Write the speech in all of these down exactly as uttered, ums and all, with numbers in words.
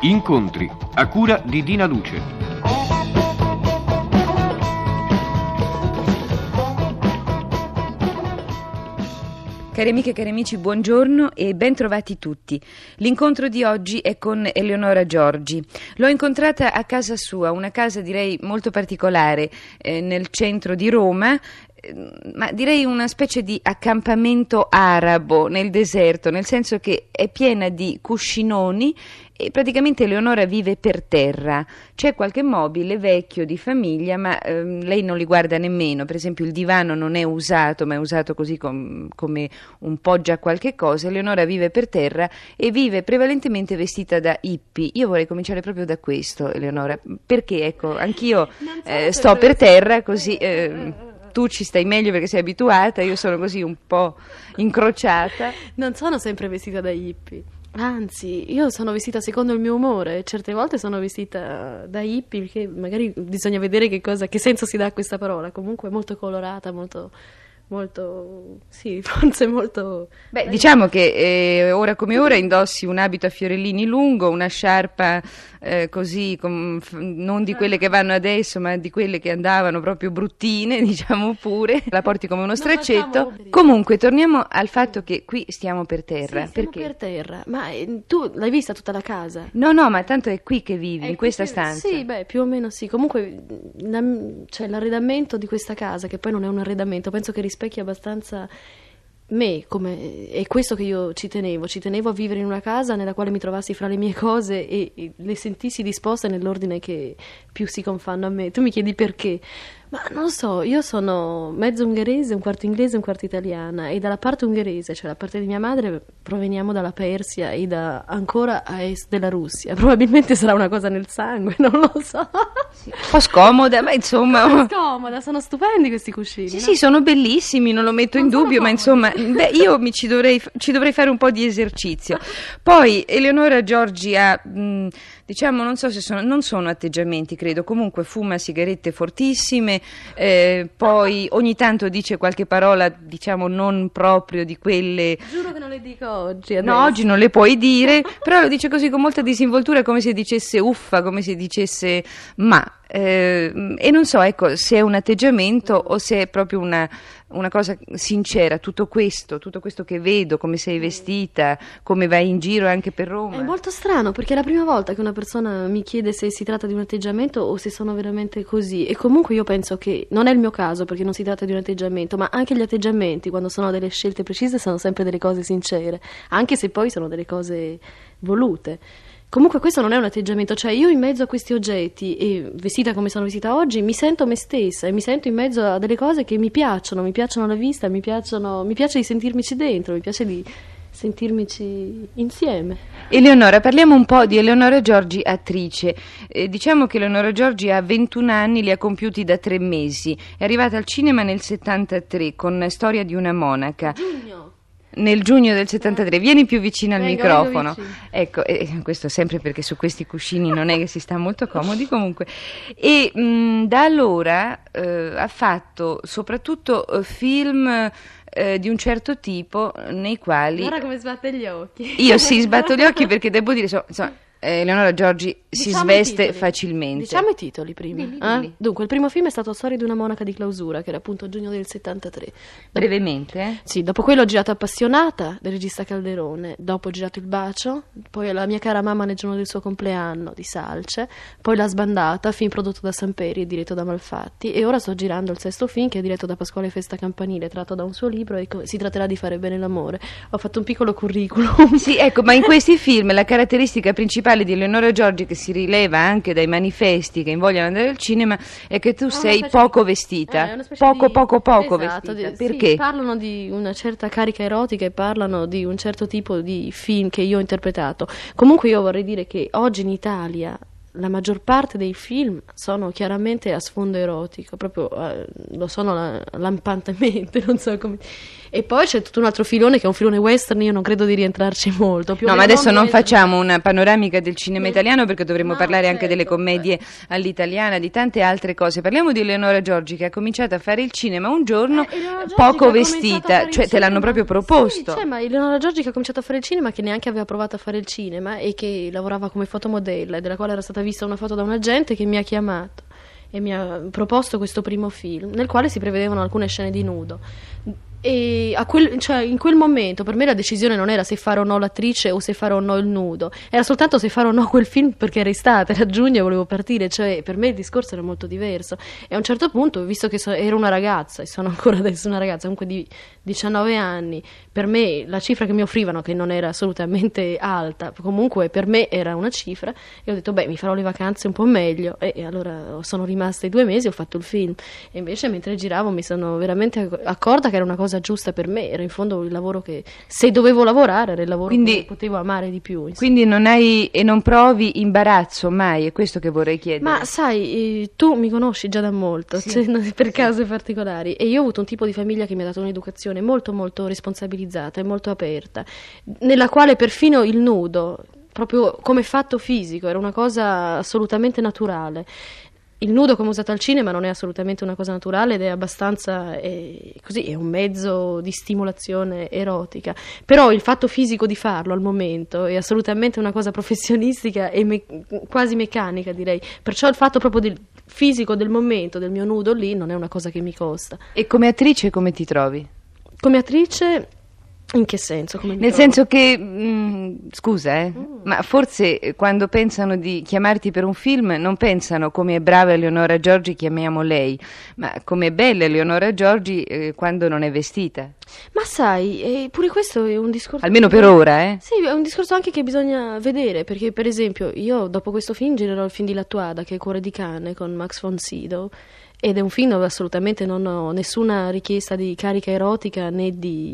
Incontri, a cura di Dina Luce. Cari amiche e cari amici, buongiorno e ben trovati tutti. L'incontro di oggi è con Eleonora Giorgi. L'ho incontrata a casa sua, una casa direi molto particolare eh, nel centro di Roma, eh, ma direi una specie di accampamento arabo nel deserto, nel senso che è piena di cuscinoni e praticamente Eleonora vive per terra. C'è qualche mobile vecchio di famiglia, ma ehm, lei non li guarda nemmeno. Per esempio il divano non è usato, ma è usato così com- come un poggia a qualche cosa. Eleonora vive per terra e vive prevalentemente vestita da hippie. Io vorrei cominciare proprio da questo, Eleonora, perché ecco, anch'io eh, sto per terra così... Eh, tu ci stai meglio perché sei abituata, io sono così un po' incrociata. Non sono sempre vestita da hippie. Anzi, io sono vestita secondo il mio umore, certe volte sono vestita da hippie perché magari bisogna vedere che cosa, che senso si dà a questa parola, comunque molto colorata, molto, molto, sì, forse molto... Beh, diciamo che eh, ora come ora indossi un abito a fiorellini lungo, una sciarpa eh, così, com, f, non di quelle che vanno adesso, ma di quelle che andavano proprio bruttine, diciamo pure, la porti come uno straccetto. Comunque, torniamo al fatto che qui stiamo per terra. Sì, stiamo perché? per terra, ma eh, tu l'hai vista tutta la casa? No, no, ma tanto è qui che vivi, È in questa qui che- stanza. Sì, beh, più o meno sì. Comunque, la- cioè, l'arredamento di questa casa, che poi non è un arredamento, penso che rispecchi abbastanza me, come, è questo che io ci tenevo. Ci tenevo a vivere in una casa nella quale mi trovassi fra le mie cose e, e le sentissi disposte nell'ordine che più si confanno a me. Tu mi chiedi perché? Ma non lo so, io sono mezzo ungherese, un quarto inglese, un quarto italiana, e dalla parte ungherese, cioè la parte di mia madre, proveniamo dalla Persia e da ancora a est della Russia. Probabilmente sarà una cosa nel sangue, non lo so. Un po' scomoda, ma insomma... Scomoda, sono stupendi questi cuscini. Sì, no? sì, sono bellissimi, non lo metto in Non sono dubbio, ma comodi. insomma, beh, io mi ci dovrei, ci dovrei fare un po' di esercizio. Poi Eleonora Giorgi ha, mh, diciamo, non so se sono, non sono atteggiamenti, credo, comunque fuma sigarette fortissime, eh, poi ogni tanto dice qualche parola, diciamo, non proprio di quelle... Giuro che non le dico oggi. No, adesso. oggi non le puoi dire, però lo dice così con molta disinvoltura, come se dicesse uffa, come se dicesse ma. Eh, e non so, ecco, se è un atteggiamento o se è proprio una, una cosa sincera, tutto questo, tutto questo che vedo, come sei vestita, come vai in giro anche per Roma. È molto strano perché è la prima volta che una persona mi chiede se si tratta di un atteggiamento o se sono veramente così, e comunque io penso che non è il mio caso perché non si tratta di un atteggiamento, ma anche gli atteggiamenti, quando sono delle scelte precise, sono sempre delle cose sincere, anche se poi sono delle cose volute. Comunque questo non è un atteggiamento, cioè io in mezzo a questi oggetti e vestita come sono vestita oggi mi sento me stessa e mi sento in mezzo a delle cose che mi piacciono, mi piacciono alla vista, mi piacciono, mi piace di sentirmici dentro, mi piace di sentirmici insieme. Eleonora, parliamo un po' di Eleonora Giorgi, attrice. Eh, diciamo che Eleonora Giorgi ha ventuno anni, li ha compiuti da tre mesi. È arrivata al cinema nel settantatré con Storia di una monaca. Giugno. Nel giugno del settantatré, vieni più vicino al Vengo, microfono. vengo vicino. Ecco, eh, questo sempre perché su questi cuscini non è che si sta molto comodi comunque. E mh, da allora eh, ha fatto soprattutto eh, film eh, di un certo tipo nei quali... Guarda come sbatte gli occhi. Io sì, sbatto gli occhi perché devo dire, insomma, insomma, eh, Eleonora Giorgi si Diciamo i sveste titoli. facilmente. Diciamo i titoli prima. Dilli, eh? dilli. Dunque, il primo film è stato Storia di una monaca di clausura, che era appunto a giugno del settantatré. Brevemente, eh? Sì, dopo quello ho girato Appassionata del regista Calderone, dopo ho girato Il bacio, poi La mia cara mamma nel giorno del suo compleanno di Salce, poi La sbandata, film prodotto da Samperi e diretto da Malfatti, e ora sto girando il sesto film che è diretto da Pasquale Festa Campanile, tratto da un suo libro, e co- si tratterà di fare bene l'amore. Ho fatto un piccolo curriculum. Sì, ecco, ma in questi film la caratteristica principale di Eleonora Giorgi, che si rileva anche dai manifesti che invogliano ad andare al cinema, è che tu È una sei specie poco di- vestita, eh, è una specie poco di- poco poco Esatto, vestita. di- Perché? Sì, parlano di una certa carica erotica e parlano di un certo tipo di film che io ho interpretato. Comunque io vorrei dire che oggi in Italia la maggior parte dei film sono chiaramente a sfondo erotico, proprio eh, lo sono la- lampantemente, non so come... E poi c'è tutto un altro filone che è un filone western, io non credo di rientrarci molto. Più No, o ma meno adesso non western. facciamo una panoramica del cinema italiano, perché dovremmo No, parlare anche certo, delle commedie all'italiana, di tante altre cose. Parliamo di Eleonora Giorgi, che ha cominciato a fare il cinema un giorno Eh, Eleonora Giorgi che poco ha cominciato a vestita, fare il cioè te l'hanno cinema. proprio proposto. Sì, cioè, ma Eleonora Giorgi che ha cominciato a fare il cinema, che neanche aveva provato a fare il cinema e che lavorava come fotomodella e della quale era stata vista una foto da un agente, che mi ha chiamato e mi ha proposto questo primo film nel quale si prevedevano alcune scene di nudo. E a quel, cioè, in quel momento per me la decisione non era se fare o no l'attrice o se fare o no il nudo, era soltanto se fare o no quel film, perché era estate, era giugno e volevo partire, cioè per me il discorso era molto diverso. E a un certo punto, visto che so, ero una ragazza e sono ancora adesso una ragazza comunque di diciannove anni, per me la cifra che mi offrivano, che non era assolutamente alta, comunque per me era una cifra, e ho detto beh, mi farò le vacanze un po' meglio, e, e allora sono rimasta i due mesi e ho fatto il film. E invece mentre giravo mi sono veramente accorta che era una cosa giusta per me, era in fondo il lavoro che, se dovevo lavorare, era il lavoro Quindi- che potevo amare di più, insomma. Quindi non hai e non provi imbarazzo mai, è questo che vorrei chiedere. Ma sai, eh, tu mi conosci già da molto, Sì. cioè, non- per cause particolari, e io ho avuto un tipo di famiglia che mi ha dato un'educazione molto molto responsabilizzata e molto aperta, nella quale perfino il nudo, proprio come fatto fisico, era una cosa assolutamente naturale. Il nudo come usato al cinema non è assolutamente una cosa naturale ed è abbastanza eh, così, è un mezzo di stimolazione erotica, però il fatto fisico di farlo al momento è assolutamente una cosa professionistica e me- quasi meccanica, direi, perciò il fatto proprio del fisico del momento del mio nudo lì non è una cosa che mi costa. E come attrice come ti trovi? Come attrice, in che senso? Come mi Nel trovo? senso che, mh, scusa, eh, ma forse eh, quando pensano di chiamarti per un film non pensano come è brava Eleonora Giorgi, chiamiamo lei, ma come è bella Eleonora Giorgi eh, quando non è vestita. Ma sai, eh, pure questo è un discorso... Almeno per ora, eh. Sì, è un discorso anche che bisogna vedere, perché per esempio io dopo questo film girerò il film di Lattuada, che è Cuore di cane, con Max von Sydow, ed è un film dove assolutamente non ho nessuna richiesta di carica erotica né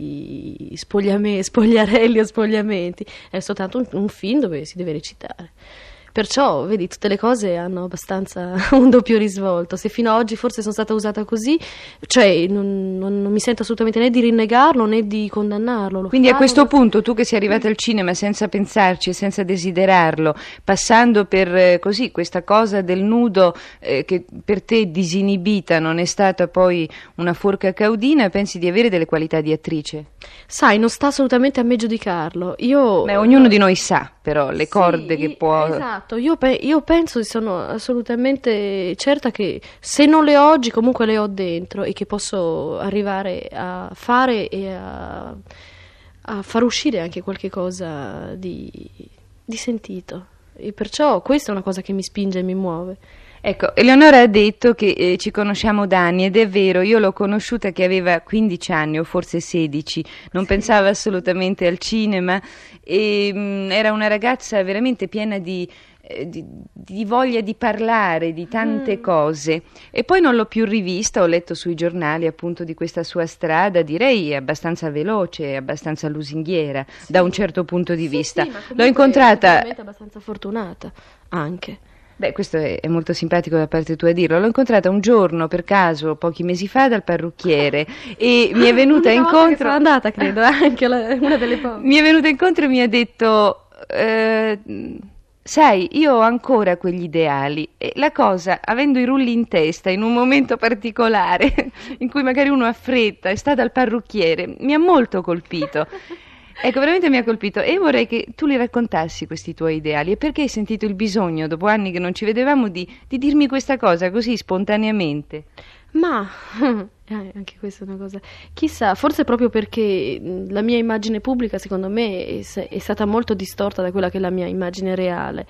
di spogliame- spogliarelli o spogliamenti, è soltanto un, un film dove si deve recitare. Perciò, vedi, tutte le cose hanno abbastanza un doppio risvolto. Se fino ad oggi forse sono stata usata così, cioè non, non- non mi sento assolutamente né di rinnegarlo né di condannarlo. Lo Quindi a fare, questo lo- punto tu che sei arrivata al cinema senza pensarci e senza desiderarlo, passando per eh, così questa cosa del nudo eh, che per te disinibita non è stata poi una forca caudina, pensi di avere delle qualità di attrice? Sai, non sta assolutamente a me giudicarlo. Io... Beh, ognuno di noi sa però le Sì, corde che può... Esatto, io, pe- io penso e sono assolutamente certa che se non le ho oggi comunque le ho dentro e che posso arrivare a fare e a, a far uscire anche qualche cosa di, di sentito. E perciò questa è una cosa che mi spinge e mi muove. Ecco, Eleonora ha detto che eh, ci conosciamo da anni ed è vero, io l'ho conosciuta che aveva quindici anni o forse sedici, non pensava assolutamente al cinema e mh, era una ragazza veramente piena di, eh, di, di voglia di parlare di tante cose e poi non l'ho più rivista, ho letto sui giornali appunto di questa sua strada, direi abbastanza veloce, abbastanza lusinghiera da un certo punto di vista. Sì, ma L'ho comunque incontrata... sicuramente abbastanza fortunata anche. Beh, questo è, è molto simpatico da parte tua dirlo. L'ho incontrata un giorno per caso, pochi mesi fa, dal parrucchiere e mi è venuta L'unica volta che incontro. sono andata, credo, anche la- una delle poche. Mi è venuta incontro e mi ha detto: eh, sai, io ho ancora quegli ideali. E la cosa, avendo i rulli in testa in un momento particolare, in cui magari uno ha fretta, è stata al parrucchiere, mi ha molto colpito. Ecco, veramente mi ha colpito e vorrei che tu li raccontassi questi tuoi ideali e perché hai sentito il bisogno, dopo anni che non ci vedevamo, di, di dirmi questa cosa così spontaneamente. Ma eh, anche questa è una cosa. Chissà, forse proprio perché mh, la mia immagine pubblica, secondo me, è, se- è stata molto distorta da quella che è la mia immagine reale.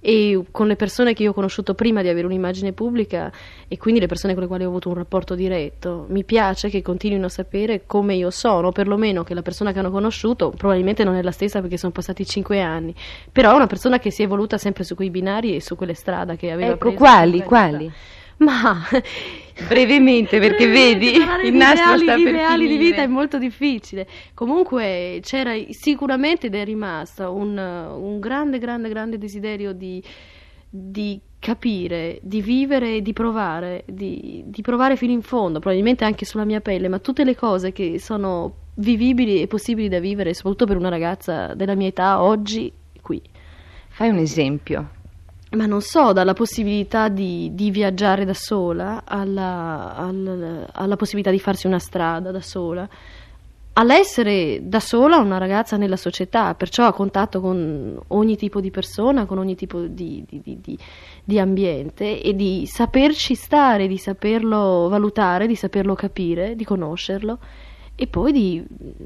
E con le persone che io ho conosciuto prima di avere un'immagine pubblica, e quindi le persone con le quali ho avuto un rapporto diretto, mi piace che continuino a sapere come io sono, o perlomeno che la persona che hanno conosciuto probabilmente non è la stessa perché sono passati cinque anni, però è una persona che si è evoluta sempre su quei binari e su quelle strade che aveva Ecco, preso quali, in quali? Ma Brevemente, perché vedi, parlare il di nastro ideali, sta di per ideali di finire. vita è molto difficile. Comunque c'era sicuramente ed è rimasto un, un grande, grande, grande desiderio di, di capire, di vivere e di provare, di, di provare fino in fondo, probabilmente anche sulla mia pelle, ma tutte le cose che sono vivibili e possibili da vivere, soprattutto per una ragazza della mia età oggi qui. Fai un esempio. Ma non so, dalla possibilità di, di viaggiare da sola alla, alla, alla possibilità di farsi una strada da sola, all'essere da sola una ragazza nella società, perciò a contatto con ogni tipo di persona, con ogni tipo di, di, di, di, di ambiente, e di saperci stare, di saperlo valutare, di saperlo capire, di conoscerlo e poi di,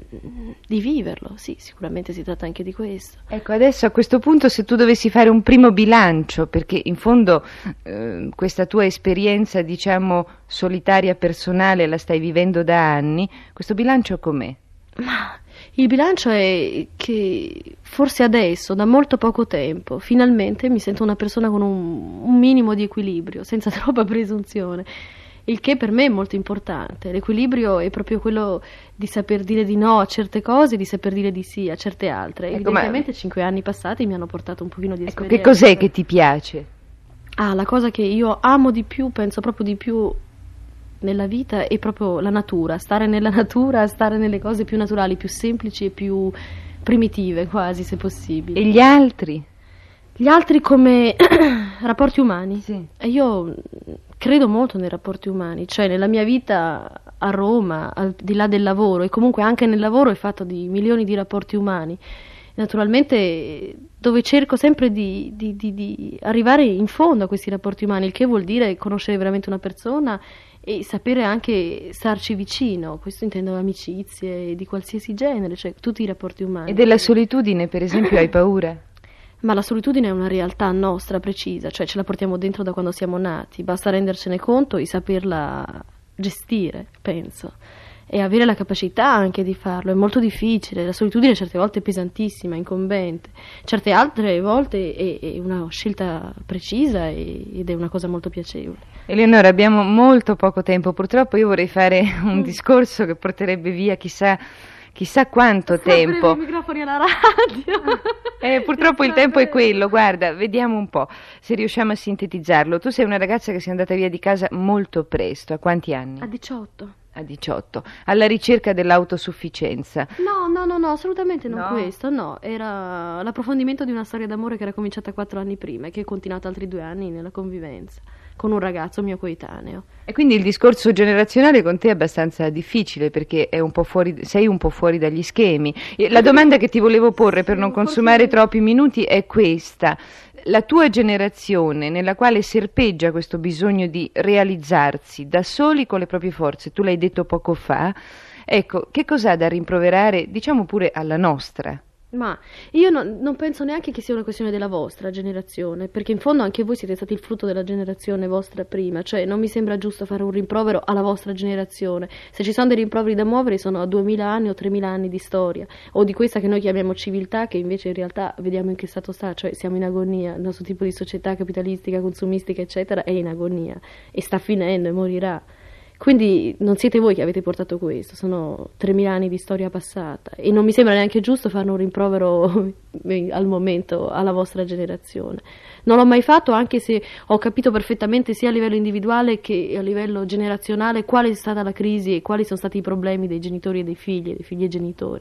di viverlo. Sì, sicuramente si tratta anche di questo. Ecco, adesso a questo punto, se tu dovessi fare un primo bilancio, perché in fondo eh, questa tua esperienza, diciamo, solitaria personale la stai vivendo da anni, questo bilancio com'è? Ma il bilancio è che forse adesso, da molto poco tempo, finalmente mi sento una persona con un, un minimo di equilibrio, senza troppa presunzione. Il che per me è molto importante. L'equilibrio è proprio quello di saper dire di no a certe cose, di saper dire di sì a certe altre. Ecco, Evidentemente ma... cinque anni passati mi hanno portato un pochino di ecco, esperienza. che cos'è che ti piace? Ah, la cosa che io amo di più, penso proprio di più nella vita, è proprio la natura. Stare nella natura, stare nelle cose più naturali, più semplici e più primitive, quasi, se possibile. E gli altri? Gli altri come rapporti umani. Sì. E io credo molto nei rapporti umani, cioè nella mia vita a Roma, al di là del lavoro, e comunque anche nel lavoro è fatto di milioni di rapporti umani, naturalmente, dove cerco sempre di, di, di, di arrivare in fondo a questi rapporti umani, il che vuol dire conoscere veramente una persona e sapere anche starci vicino. Questo intendo amicizie di qualsiasi genere, cioè tutti i rapporti umani. E della solitudine, per esempio, hai paura? Ma la solitudine è una realtà nostra precisa, cioè ce la portiamo dentro da quando siamo nati, basta rendercene conto e saperla gestire, penso, e avere la capacità anche di farlo. È molto difficile, la solitudine certe volte è pesantissima, incombente, certe altre volte è, è una scelta precisa e, ed è una cosa molto piacevole. Eleonora, abbiamo molto poco tempo, purtroppo io vorrei fare un discorso che porterebbe via chissà... Chissà quanto tempo. I microfoni alla radio. Eh, purtroppo il tempo è quello, guarda, vediamo un po' se riusciamo a sintetizzarlo. Tu sei una ragazza che sei andata via di casa molto presto, a quanti anni? A diciotto. A diciotto, alla ricerca dell'autosufficienza. No, no, no, no, assolutamente non No? questo, no, era l'approfondimento di una storia d'amore che era cominciata quattro anni prima e che è continuata altri due anni nella convivenza con un ragazzo mio coetaneo. E quindi il discorso generazionale con te è abbastanza difficile perché è un po' fuori, sei un po' fuori dagli schemi. E la domanda che ti volevo porre per non consumare troppi minuti è questa. La tua generazione nella quale serpeggia questo bisogno di realizzarsi da soli con le proprie forze, tu l'hai detto poco fa, ecco, che cos'ha da rimproverare, diciamo pure alla nostra? Ma io non, non penso neanche che sia una questione della vostra generazione, perché in fondo anche voi siete stati il frutto della generazione vostra prima, cioè non mi sembra giusto fare un rimprovero alla vostra generazione. Se ci sono dei rimproveri da muovere sono a duemila anni o tremila anni di storia, o di questa che noi chiamiamo civiltà, che invece in realtà vediamo in che stato sta, cioè siamo in agonia, il nostro tipo di società capitalistica, consumistica eccetera è in agonia e sta finendo e morirà. Quindi non siete voi che avete portato questo, sono tremila anni di storia passata e non mi sembra neanche giusto fare un rimprovero al momento alla vostra generazione. Non l'ho mai fatto, anche se ho capito perfettamente sia a livello individuale che a livello generazionale qual è stata la crisi e quali sono stati i problemi dei genitori e dei figli, dei figli e genitori.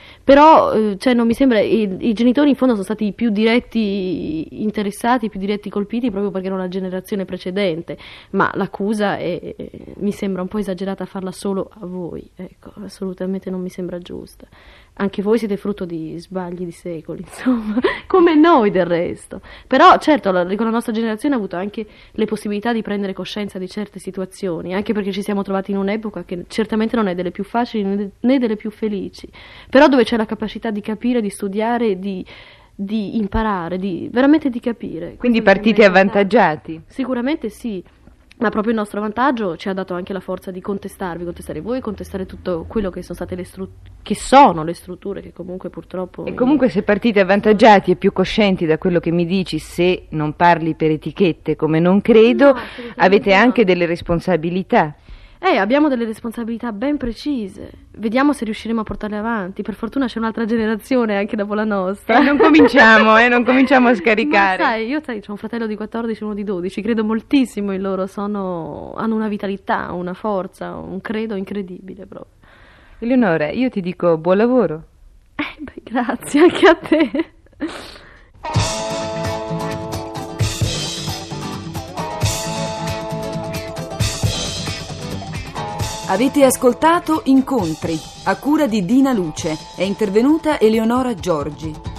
Però eh, cioè non mi sembra, i, i genitori in fondo sono stati i più diretti interessati, i più diretti colpiti proprio perché erano la generazione precedente, ma l'accusa è, è, mi sembra un po' esagerata farla solo a voi, ecco, assolutamente non mi sembra giusta. Anche voi siete frutto di sbagli di secoli, insomma, come noi del resto. Però certo, la, con la nostra generazione ha avuto anche le possibilità di prendere coscienza di certe situazioni, anche perché ci siamo trovati in un'epoca che certamente non è delle più facili né, né delle più felici, però dove c'è la capacità di capire, di studiare, di, di imparare, di veramente di capire. Quindi partite avvantaggiati? Sicuramente sì. Ma proprio il nostro vantaggio ci ha dato anche la forza di contestarvi, contestare voi, contestare tutto quello che sono state le strutture, che sono le strutture che comunque purtroppo... E comunque se partite avvantaggiati e più coscienti da quello che mi dici, se non parli per etichette come non credo, no, avete no. anche delle responsabilità. Eh, abbiamo delle responsabilità ben precise. Vediamo se riusciremo a portarle avanti. Per fortuna c'è un'altra generazione anche dopo la nostra. Eh, non cominciamo, eh, non cominciamo a scaricare. Ma sai, io sai, ho un fratello di quattordici e uno di dodici, credo moltissimo in loro, sono, hanno una vitalità, una forza, un credo incredibile proprio. Eleonora, io ti dico buon lavoro. Eh, beh, grazie anche a te. Avete ascoltato Incontri, a cura di Dina Luce. È intervenuta Eleonora Giorgi.